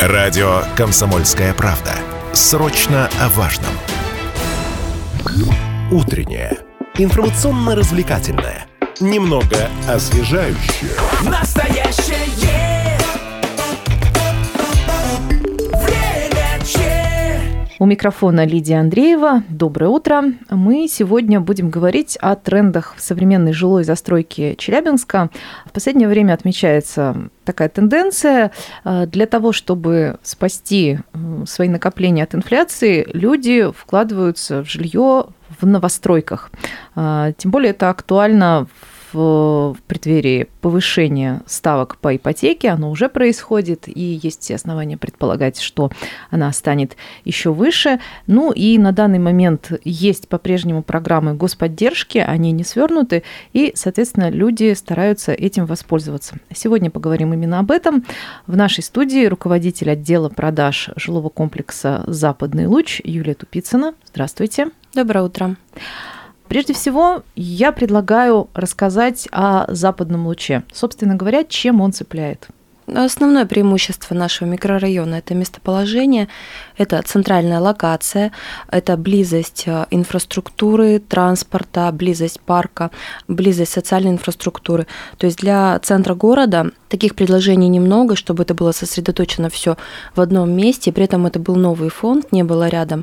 Радио «Комсомольская правда». Срочно о важном. Утреннее. Информационно-развлекательное. Немного освежающее. Настоящее время Че. У микрофона Лидия Андреева. Доброе утро. Мы сегодня будем говорить о трендах в современной жилой застройке Челябинска. В последнее время отмечается такая тенденция. Для того, чтобы спасти свои накопления от инфляции, люди вкладываются в жилье в новостройках. Тем более это актуально в преддверии повышения ставок по ипотеке. Оно уже происходит, и есть все основания предполагать, что она станет еще выше. Ну и на данный момент есть по-прежнему программы господдержки, они не свернуты, и, соответственно, люди стараются этим воспользоваться. Сегодня поговорим именно об этом. В нашей студии руководитель отдела продаж жилого комплекса «Западный луч» Юлия Тупицына. Здравствуйте. Доброе утро. Прежде всего, я предлагаю рассказать о «Западном луче». Собственно говоря, чем он цепляет? Основное преимущество нашего микрорайона – это местоположение, это центральная локация, это близость инфраструктуры, транспорта, близость парка, близость социальной инфраструктуры. То есть для центра города таких предложений немного, чтобы это было сосредоточено все в одном месте, при этом это был новый фонд, не было рядом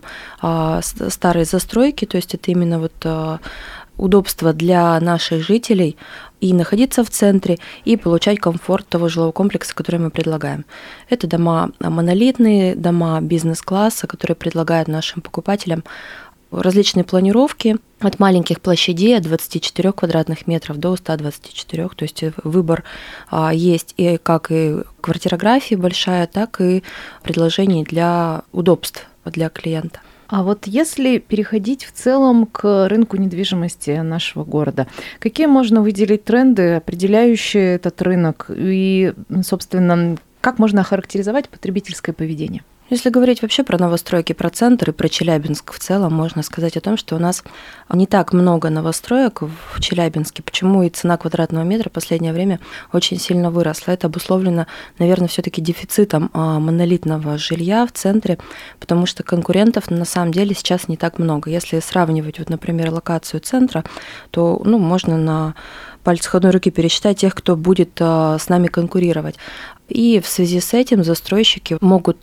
старой застройки, то есть это именно вот удобство для наших жителей и находиться в центре, и получать комфорт того жилого комплекса, который мы предлагаем. Это дома монолитные, дома бизнес-класса, которые предлагают нашим покупателям различные планировки от маленьких площадей, от 24 квадратных метров до 124. То есть выбор есть и как и квартирографии большая, так и предложений для удобств для клиента. А вот если переходить в целом к рынку недвижимости нашего города, какие можно выделить тренды, определяющие этот рынок, и, собственно, как можно охарактеризовать потребительское поведение? Если говорить вообще про новостройки, про центр и про Челябинск в целом, можно сказать о том, что у нас не так много новостроек в Челябинске, почему и цена квадратного метра в последнее время очень сильно выросла. Это обусловлено, наверное, все-таки дефицитом монолитного жилья в центре, потому что конкурентов на самом деле сейчас не так много. Если сравнивать, вот, например, локацию центра, то можно на пальцах одной руки пересчитать тех, кто будет с нами конкурировать. И в связи с этим застройщики могут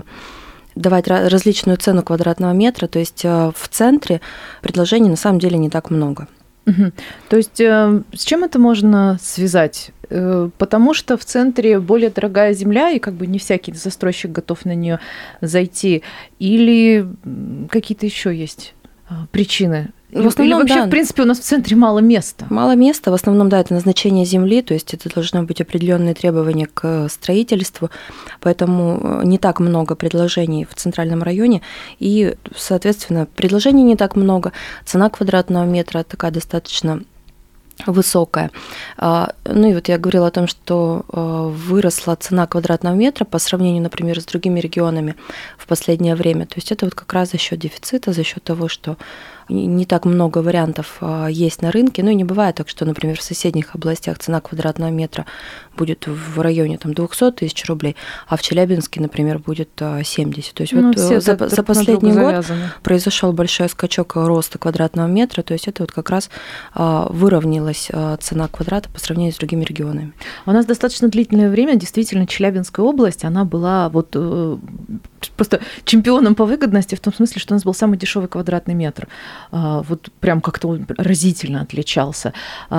давать различную цену квадратного метра, то есть в центре предложений на самом деле не так много. Угу. То есть с чем это можно связать? Потому что в центре более дорогая земля, и как бы не всякий застройщик готов на нее зайти, или какие-то еще есть причины? В основном, или вообще, в принципе, у нас в центре мало места? Мало места. В основном, да, это назначение земли, то есть это должны быть определенные требования к строительству, поэтому не так много предложений в центральном районе, и, соответственно, предложений не так много. Цена квадратного метра такая достаточно высокая. Ну и вот я говорила о том, что выросла цена квадратного метра по сравнению, например, с другими регионами в последнее время. То есть это вот как раз за счет дефицита, за счет того, что не так много вариантов есть на рынке. Ну и не бывает так, что, например, в соседних областях цена квадратного метра будет в районе 200 тысяч рублей, а в Челябинске, например, будет 70. То есть вот за последний год произошел большой скачок роста квадратного метра, то есть это вот как раз выровнялась цена квадрата по сравнению с другими регионами. У нас достаточно длительное время действительно Челябинская область, она была вот просто чемпионом по выгодности, в том смысле, что у нас был самый дешевый квадратный метр. Вот прям как-то он разительно отличался.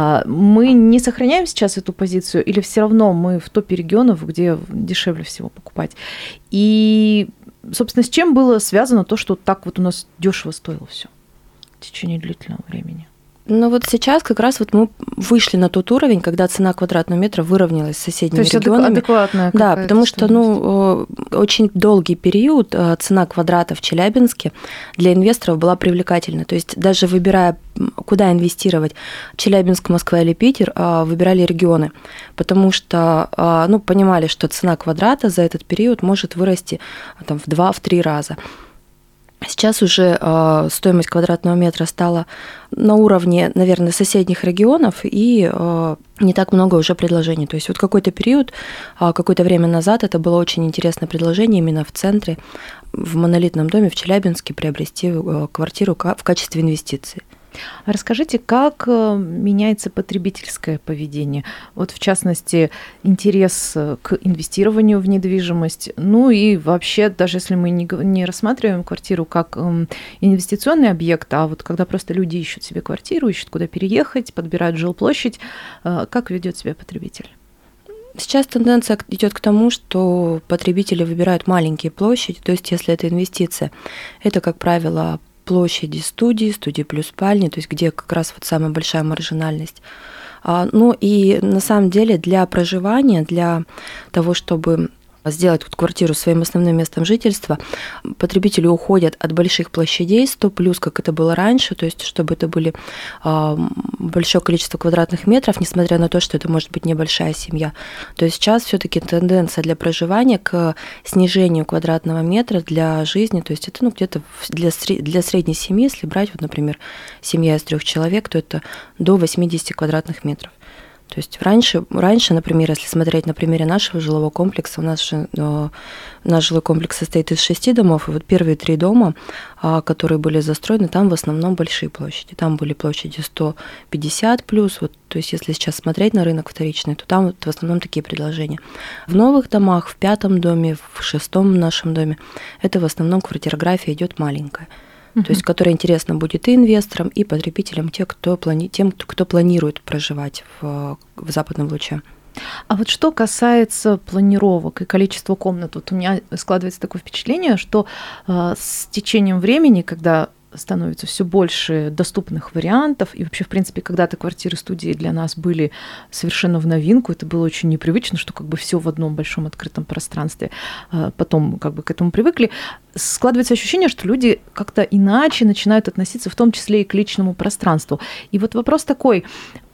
Мы не сохраняем сейчас эту позицию, или все равно мы в топе регионов, где дешевле всего покупать? И, собственно, с чем было связано то, что так вот у нас дешево стоило все в течение длительного времени? Ну вот сейчас как раз вот мы вышли на тот уровень, когда цена квадратного метра выровнялась с соседними регионами. То есть адекватная. Да, потому что очень долгий период цена квадрата в Челябинске для инвесторов была привлекательна. То есть даже выбирая, куда инвестировать, Челябинск, Москва или Питер, выбирали регионы, потому что понимали, что цена квадрата за этот период может вырасти в 2-3 раза. Сейчас уже стоимость квадратного метра стала на уровне, наверное, соседних регионов, и не так много уже предложений. То есть вот какой-то период, какое-то время назад это было очень интересное предложение именно в центре, в монолитном доме в Челябинске приобрести квартиру в качестве инвестиции. Расскажите, как меняется потребительское поведение? Вот, в частности, интерес к инвестированию в недвижимость. Ну и вообще, даже если мы не рассматриваем квартиру как инвестиционный объект, а вот когда просто люди ищут себе квартиру, ищут, куда переехать, подбирают жилплощадь, как ведет себя потребитель? Сейчас тенденция идет к тому, что потребители выбирают маленькие площади, то есть если это инвестиция, это, как правило, площади студии плюс спальни, то есть где как раз вот самая большая маржинальность. Ну и на самом деле для проживания, для того, чтобы сделать вот квартиру своим основным местом жительства, потребители уходят от больших площадей 100+, как это было раньше, то есть чтобы это были большое количество квадратных метров, несмотря на то, что это может быть небольшая семья. То есть сейчас все-таки тенденция для проживания к снижению квадратного метра для жизни, то есть это где-то для средней семьи, если брать, вот, например, семья из 3 человек, то это до 80 квадратных метров. То есть раньше, например, если смотреть на примере нашего жилого комплекса, у нас же наш жилой комплекс состоит из 6 домов, и вот первые 3 дома, которые были застроены, там в основном большие площади. Там были площади 150 плюс, вот, то есть если сейчас смотреть на рынок вторичный, то там вот в основном такие предложения. В новых домах, в 5-м доме, в 6-м нашем доме, это в основном квартирография идет маленькая. То есть, которая интересна будет и инвесторам, и потребителям, тем, кто планирует проживать в Западном Луче. А вот что касается планировок и количества комнат, вот у меня складывается такое впечатление, что с течением времени, когда становится все больше доступных вариантов. И вообще, в принципе, когда-то квартиры-студии для нас были совершенно в новинку. Это было очень непривычно, что как бы все в одном большом открытом пространстве. Потом как бы к этому привыкли. Складывается ощущение, что люди как-то иначе начинают относиться, в том числе и к личному пространству. И вот вопрос такой.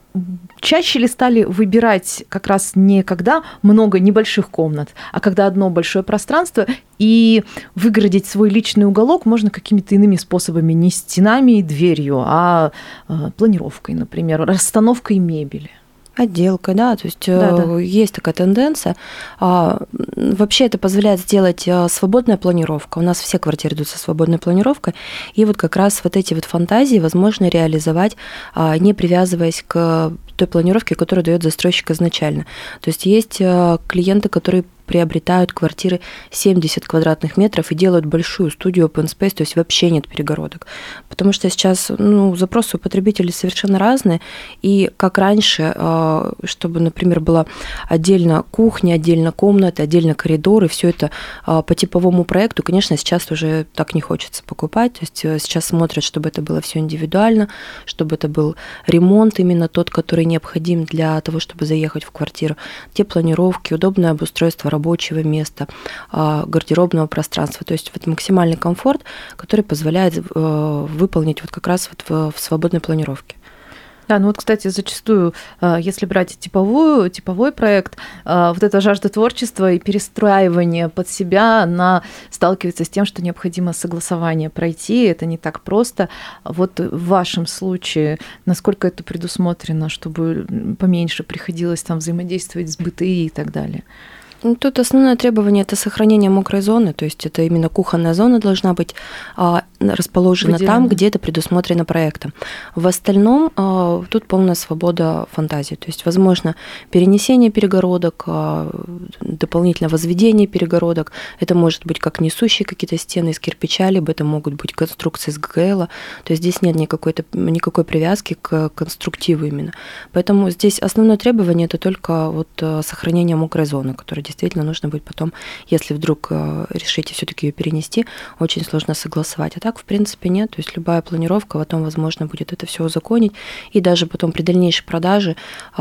Чаще ли стали выбирать как раз не когда много небольших комнат, а когда одно большое пространство, и выгородить свой личный уголок можно какими-то иными способами, не стенами и дверью, а планировкой, например, расстановкой мебели? Отделка, да, то есть есть такая тенденция. Вообще это позволяет сделать свободная планировка. У нас все квартиры идут со свободной планировкой, и вот как раз вот эти вот фантазии возможно реализовать, не привязываясь к той планировке, которую дает застройщик изначально. То есть есть клиенты, которые приобретают квартиры 70 квадратных метров и делают большую студию open space, то есть вообще нет перегородок. Потому что сейчас запросы у потребителей совершенно разные, и как раньше, чтобы, например, была отдельно кухня, отдельно комната, отдельно коридор, и все это по типовому проекту, конечно, сейчас уже так не хочется покупать. То есть сейчас смотрят, чтобы это было все индивидуально, чтобы это был ремонт именно тот, который необходим для того, чтобы заехать в квартиру. Те планировки, удобное обустройство рабочего места, гардеробного пространства. То есть вот максимальный комфорт, который позволяет выполнить вот как раз вот в свободной планировке. Да, ну вот, кстати, зачастую, если брать типовой проект, вот эта жажда творчества и перестраивание под себя, она сталкивается с тем, что необходимо согласование пройти, это не так просто. Вот в вашем случае, насколько это предусмотрено, чтобы поменьше приходилось там взаимодействовать с БТИ и так далее? Тут основное требование – это сохранение мокрой зоны, то есть это именно кухонная зона должна быть расположена там, где это предусмотрено проектом. В остальном тут полная свобода фантазии, то есть возможно перенесение перегородок, дополнительное возведение перегородок, это может быть как несущие какие-то стены из кирпича, либо это могут быть конструкции из ГГЛ, то есть здесь нет никакой привязки к конструктиву именно. Поэтому здесь основное требование – это только вот сохранение мокрой зоны, которая действительно нужно будет потом, если вдруг решите все-таки ее перенести, очень сложно согласовать. А так, в принципе, нет. То есть любая планировка, потом возможно будет это все узаконить. И даже потом при дальнейшей продаже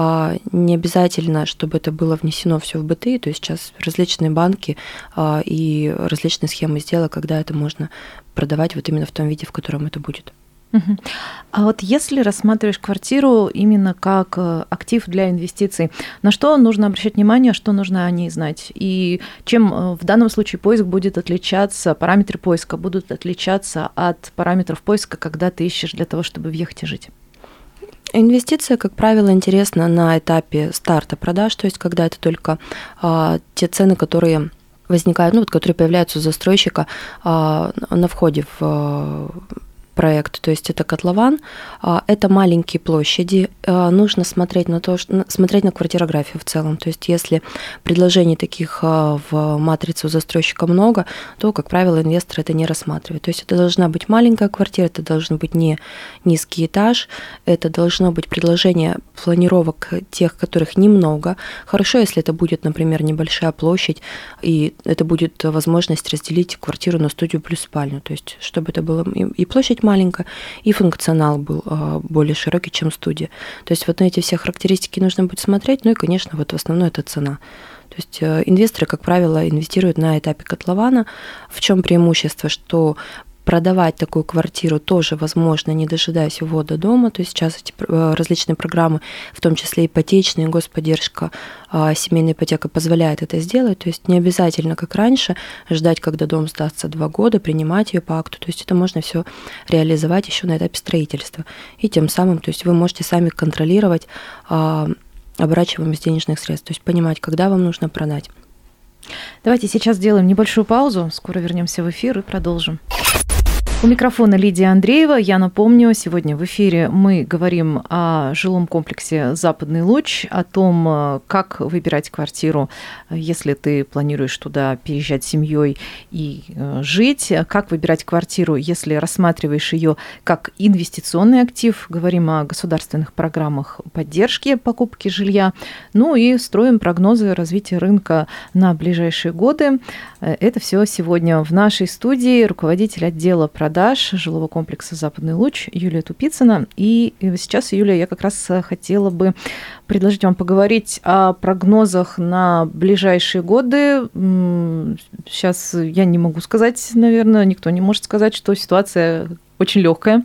не обязательно, чтобы это было внесено все в БТИ. То есть сейчас различные банки и различные схемы сделок, когда это можно продавать вот именно в том виде, в котором это будет. Мгм. А вот если рассматриваешь квартиру именно как актив для инвестиций, на что нужно обращать внимание, что нужно о ней знать? И чем в данном случае поиск будет отличаться, параметры поиска будут отличаться от параметров поиска, когда ты ищешь для того, чтобы въехать и жить? Инвестиция, как правило, интересна на этапе старта продаж, то есть когда это только те цены, которые возникают, которые появляются у застройщика на входе в проект, то есть это котлован, это маленькие площади, нужно смотреть смотреть на квартирографию в целом, то есть если предложений таких в матрице у застройщика много, то, как правило, инвестор это не рассматривает, то есть это должна быть маленькая квартира, это должен быть не низкий этаж, это должно быть предложение планировок тех, которых немного, хорошо, если это будет, например, небольшая площадь, и это будет возможность разделить квартиру на студию плюс спальню, то есть чтобы это было и площадь маленькая, и функционал был более широкий, чем студия. То есть вот на эти все характеристики нужно будет смотреть, и, конечно, вот в основном это цена. То есть инвесторы, как правило, инвестируют на этапе котлована. В чем преимущество, что продавать такую квартиру тоже возможно, не дожидаясь ввода дома. То есть сейчас эти различные программы, в том числе ипотечные, господдержка, семейная ипотека позволяет это сделать. То есть не обязательно, как раньше, ждать, когда дом сдастся 2 года, принимать ее по акту. То есть это можно все реализовать еще на этапе строительства. И тем самым, то есть вы можете сами контролировать оборачиваемость денежных средств, то есть понимать, когда вам нужно продать. Давайте сейчас сделаем небольшую паузу, скоро вернемся в эфир и продолжим. У микрофона Лидия Андреева. Я напомню, сегодня в эфире мы говорим о жилом комплексе «Западный луч», о том, как выбирать квартиру, если ты планируешь туда переезжать с семьей и жить, как выбирать квартиру, если рассматриваешь ее как инвестиционный актив. Говорим о государственных программах поддержки покупки жилья. Ну и строим прогнозы развития рынка на ближайшие годы. Это все сегодня в нашей студии руководитель отдела продаж жилого комплекса «Западный луч» Юлия Тупицына. И сейчас, Юлия, я как раз хотела бы предложить вам поговорить о прогнозах на ближайшие годы. Сейчас я не могу сказать, наверное, никто не может сказать, что ситуация очень легкая.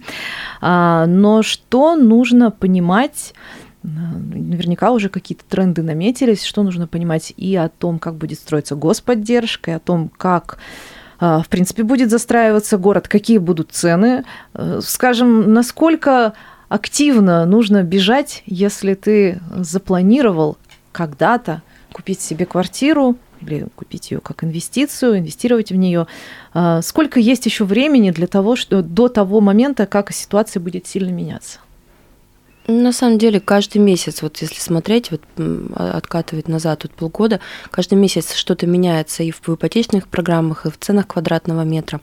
Но что нужно понимать? Наверняка уже какие-то тренды наметились, что нужно понимать и о том, как будет строиться господдержка, и о том, как, в принципе, будет застраиваться город, какие будут цены. Скажем, насколько активно нужно бежать, если ты запланировал когда-то купить себе квартиру или купить ее как инвестицию, инвестировать в нее. Сколько есть еще времени для того, что до того момента, как ситуация будет сильно меняться? На самом деле, каждый месяц, вот если смотреть, вот откатывать назад вот полгода, каждый месяц что-то меняется и в ипотечных программах, и в ценах квадратного метра.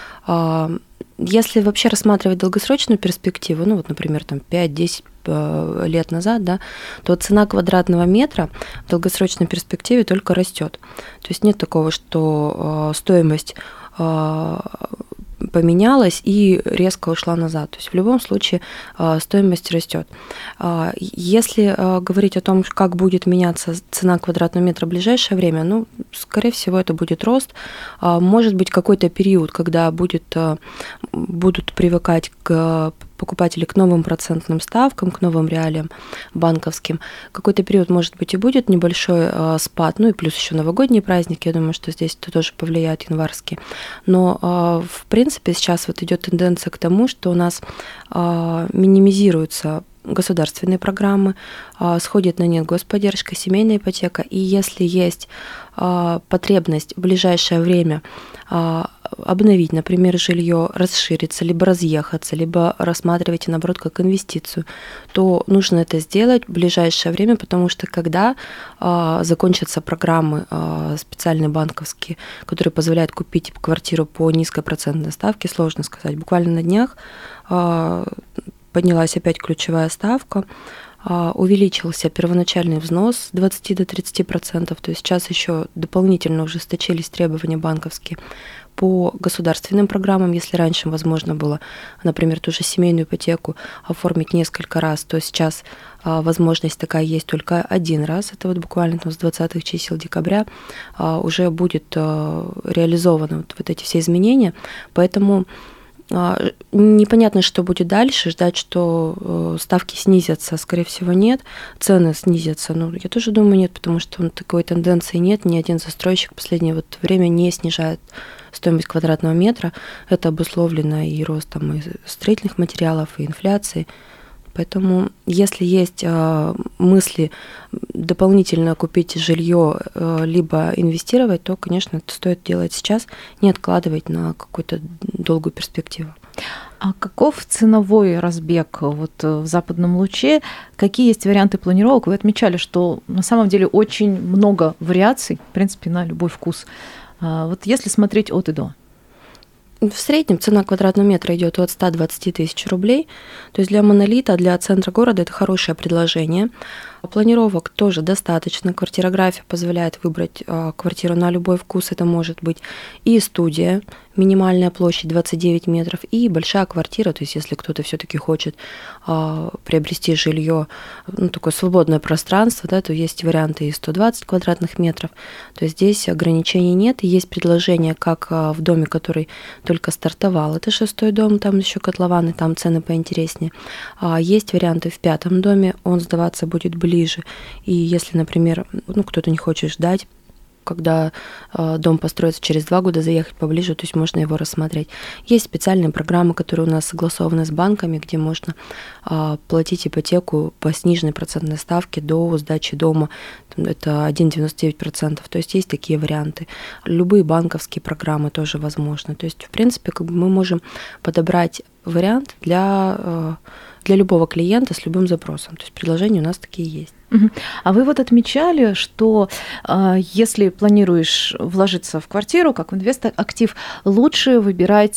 Если вообще рассматривать долгосрочную перспективу, например, 5-10 лет назад, да, то цена квадратного метра в долгосрочной перспективе только растет. То есть нет такого, что стоимость поменялась и резко ушла назад. То есть в любом случае стоимость растет. Если говорить о том, как будет меняться цена квадратного метра в ближайшее время, скорее всего, это будет рост. Может быть, какой-то период, когда будут привыкать покупатели к новым процентным ставкам, к новым реалиям банковским. Какой-то период, может быть, и будет небольшой спад, и плюс еще новогодние праздники, я думаю, что здесь это тоже повлияет, январские. Но, в принципе, сейчас вот идет тенденция к тому, что у нас минимизируются государственные программы, сходит на нет господдержка, семейная ипотека, и если есть потребность в ближайшее время обновить, например, жилье, расшириться, либо разъехаться, либо рассматривать, наоборот, как инвестицию, то нужно это сделать в ближайшее время, потому что когда закончатся программы специальные банковские, которые позволяют купить квартиру по низкой процентной ставке, сложно сказать. Буквально на днях поднялась опять ключевая ставка, увеличился первоначальный взнос с 20 до 30%, то есть сейчас еще дополнительно ужесточились требования банковские по государственным программам. Если раньше возможно было, например, ту же семейную ипотеку оформить несколько раз, то сейчас возможность такая есть только один раз, это вот буквально с 20-х чисел декабря уже будет реализованы вот эти все изменения, поэтому Непонятно, что будет дальше, ждать, что ставки снизятся, скорее всего, нет, цены снизятся, я тоже думаю, нет, потому что такой тенденции нет, ни один застройщик в последнее время не снижает стоимость квадратного метра, это обусловлено и ростом и строительных материалов, и инфляцией. Поэтому, если есть мысли дополнительно купить жилье, либо инвестировать, то, конечно, это стоит делать сейчас, не откладывать на какую-то долгую перспективу. А каков ценовой разбег в Западном Луче? Какие есть варианты планировок? Вы отмечали, что на самом деле очень много вариаций, в принципе, на любой вкус. Если смотреть от и до. В среднем цена квадратного метра идет от 120 тысяч рублей. То есть для монолита, для центра города это хорошее предложение. Планировок тоже достаточно. Квартирография позволяет выбрать квартиру на любой вкус. Это может быть и студия, минимальная площадь 29 метров, и большая квартира. То есть если кто-то все-таки хочет приобрести жилье, такое свободное пространство, то есть варианты и 120 квадратных метров. То есть здесь ограничений нет. И есть предложение, как в доме, который только стартовал. Это 6-й дом, там еще котлованы, там цены поинтереснее. Есть варианты в 5-м доме, он сдаваться будет ближе. И если, например, кто-то не хочет ждать, когда дом построится через 2 года, заехать поближе, то есть можно его рассмотреть. Есть специальные программы, которые у нас согласованы с банками, где можно платить ипотеку по сниженной процентной ставке до сдачи дома. Это 1,99%. То есть есть такие варианты. Любые банковские программы тоже возможны. То есть, в принципе, мы можем подобрать вариант для любого клиента с любым запросом. То есть предложения у нас такие есть. А вы отмечали, что если планируешь вложиться в квартиру, как в инвестор-актив, лучше выбирать,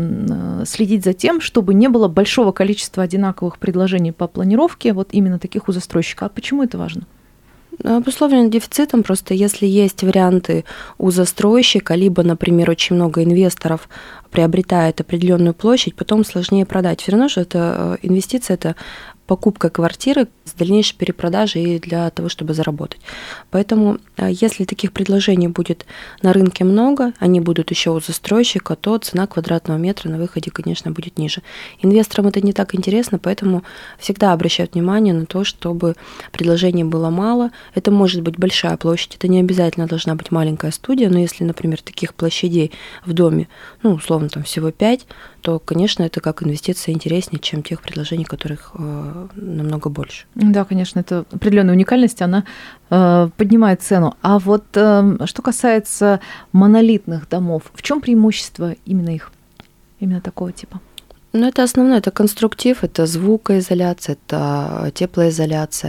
следить за тем, чтобы не было большого количества одинаковых предложений по планировке, именно таких у застройщика. А почему это важно? Обусловлено дефицитом, просто если есть варианты у застройщика, либо, например, очень много инвесторов приобретает определенную площадь, потом сложнее продать. Все равно же это инвестиция, это покупка квартиры с дальнейшей перепродажей и для того, чтобы заработать. Поэтому, если таких предложений будет на рынке много, они будут еще у застройщика, то цена квадратного метра на выходе, конечно, будет ниже. Инвесторам это не так интересно, поэтому всегда обращают внимание на то, чтобы предложений было мало. Это может быть большая площадь, это не обязательно должна быть маленькая студия, но если, например, таких площадей в доме, условно, там всего 5, то, конечно, это как инвестиция интереснее, чем тех предложений, которых намного больше. Да, конечно, это определенная уникальность, она поднимает цену. А что касается монолитных домов, в чем преимущество именно их, именно такого типа? Это основное, это конструктив, это звукоизоляция, это теплоизоляция,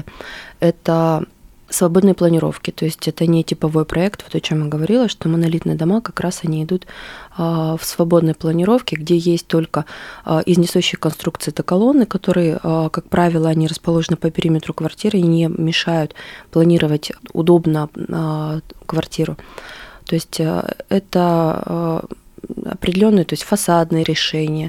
это свободные планировки, то есть это не типовой проект, о чем я говорила, что монолитные дома как раз они идут в свободной планировке, где есть только из несущих конструкций это колонны, которые, как правило, они расположены по периметру квартиры и не мешают планировать удобно квартиру. То есть это определенные, то есть фасадные решения,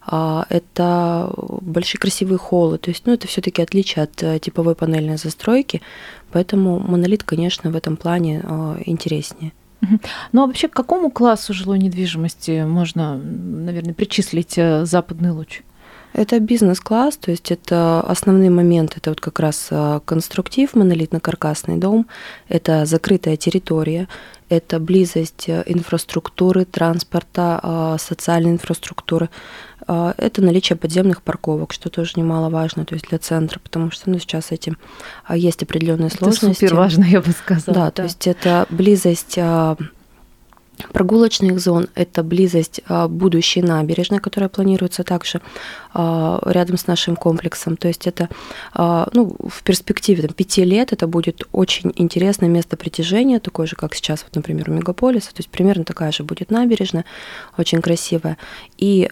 это большие красивые холлы, то есть, это все-таки отличие от типовой панельной застройки, поэтому монолит, конечно, в этом плане интереснее. Ну а вообще к какому классу жилой недвижимости можно, наверное, причислить Западный Луч? Это бизнес-класс, то есть это основные моменты, это как раз конструктив, монолитно-каркасный дом, это закрытая территория, это близость инфраструктуры, транспорта, социальной инфраструктуры, это наличие подземных парковок, что тоже немаловажно, то есть для центра, потому что сейчас этим есть определенные сложности. Это супер важно, я бы сказала. Да, то есть это близость прогулочных зон, это близость будущей набережной, которая планируется также рядом с нашим комплексом. То есть это в перспективе 5 лет это будет очень интересное место притяжения, такое же, как сейчас, например, у мегаполиса. То есть примерно такая же будет набережная, очень красивая. И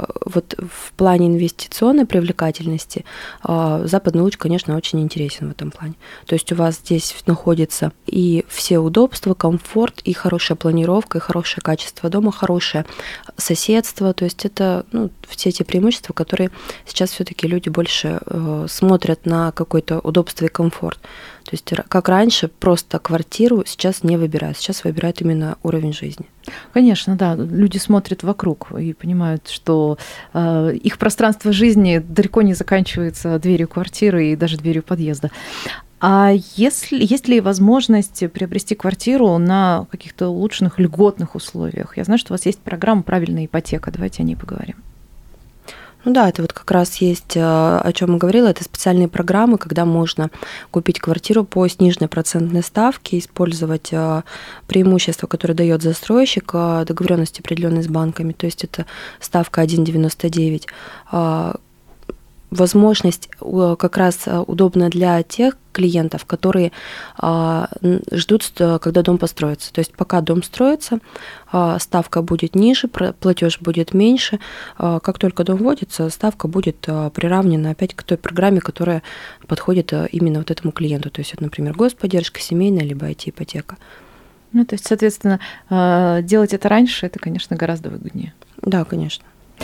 в плане инвестиционной привлекательности Западный Луч, конечно, очень интересен в этом плане. То есть у вас здесь находится и все удобства, комфорт, и хорошая планировка, и хорошее качество дома, хорошее соседство. То есть это все те преимущества, которые сейчас все-таки люди больше смотрят на какое-то удобство и комфорт. То То есть, как раньше, просто квартиру сейчас не выбирают, сейчас выбирают именно уровень жизни. Конечно, да. Люди смотрят вокруг и понимают, что их пространство жизни далеко не заканчивается дверью квартиры и даже дверью подъезда. А есть ли возможность приобрести квартиру на каких-то улучшенных льготных условиях? Я знаю, что у вас есть программа «Правильная ипотека». Давайте о ней поговорим. Ну да, это вот как раз есть, о чем я говорила, это специальные программы, когда можно купить квартиру по сниженной процентной ставке, использовать преимущества, которые дает застройщик, договоренности определенные с банками, то есть это ставка 1,99. Возможность как раз удобна для тех клиентов, которые ждут, когда дом построится. То есть пока дом строится, ставка будет ниже, платеж будет меньше. Как только дом вводится, ставка будет приравнена опять к той программе, которая подходит именно вот этому клиенту. То есть это, например, господдержка, семейная, либо IT-ипотека. Ну, то есть, соответственно, делать это раньше, это, конечно, гораздо выгоднее. Да, конечно.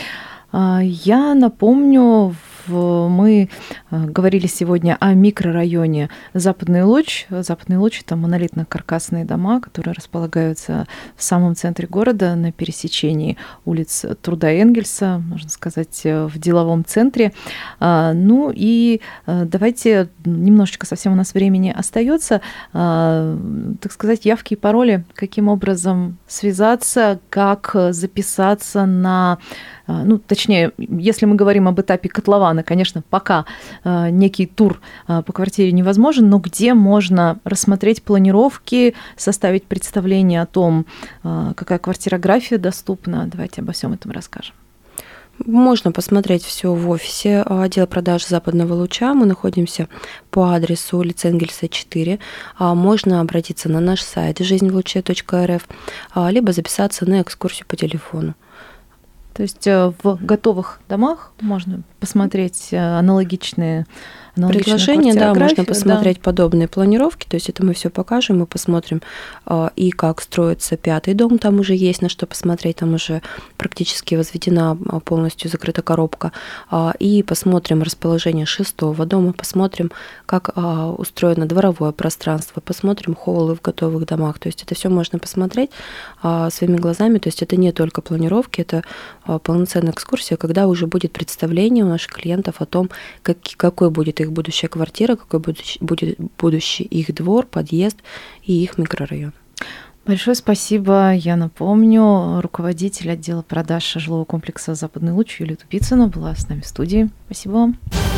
Я напомню, мы говорили сегодня о микрорайоне Западный Луч. Западный Луч – это монолитно-каркасные дома, которые располагаются в самом центре города, на пересечении улиц Труда и Энгельса, можно сказать, в деловом центре. Ну и давайте, немножечко совсем у нас времени остается, так сказать, явки и пароли, каким образом связаться, как записаться на... Ну, точнее, если мы говорим об этапе котлована, конечно, пока некий тур по квартире невозможен, но где можно рассмотреть планировки, составить представление о том, какая квартирография доступна. Давайте обо всем этом расскажем. Можно посмотреть все в офисе отдела продаж Западного Луча. Мы находимся по адресу улица Энгельса, 4. Можно обратиться на наш сайт жизньвлуче.рф, либо записаться на экскурсию по телефону. То есть в готовых домах можно посмотреть аналогичные предложения, да, можно посмотреть подобные планировки, то есть это мы все покажем, мы посмотрим и как строится 5-й дом, там уже есть на что посмотреть, там уже практически возведена полностью закрыта коробка, и посмотрим расположение 6-го дома, посмотрим, как устроено дворовое пространство, посмотрим холлы в готовых домах, то есть это все можно посмотреть своими глазами, то есть это не только планировки, это полноценная экскурсия, когда уже будет представление у наших клиентов о том, какой будет их будущая квартира, какой будет будущий их двор, подъезд и их микрорайон. Большое спасибо. Я напомню, руководитель отдела продаж жилого комплекса «Западный Луч» Юлия Тупицына была с нами в студии. Спасибо вам.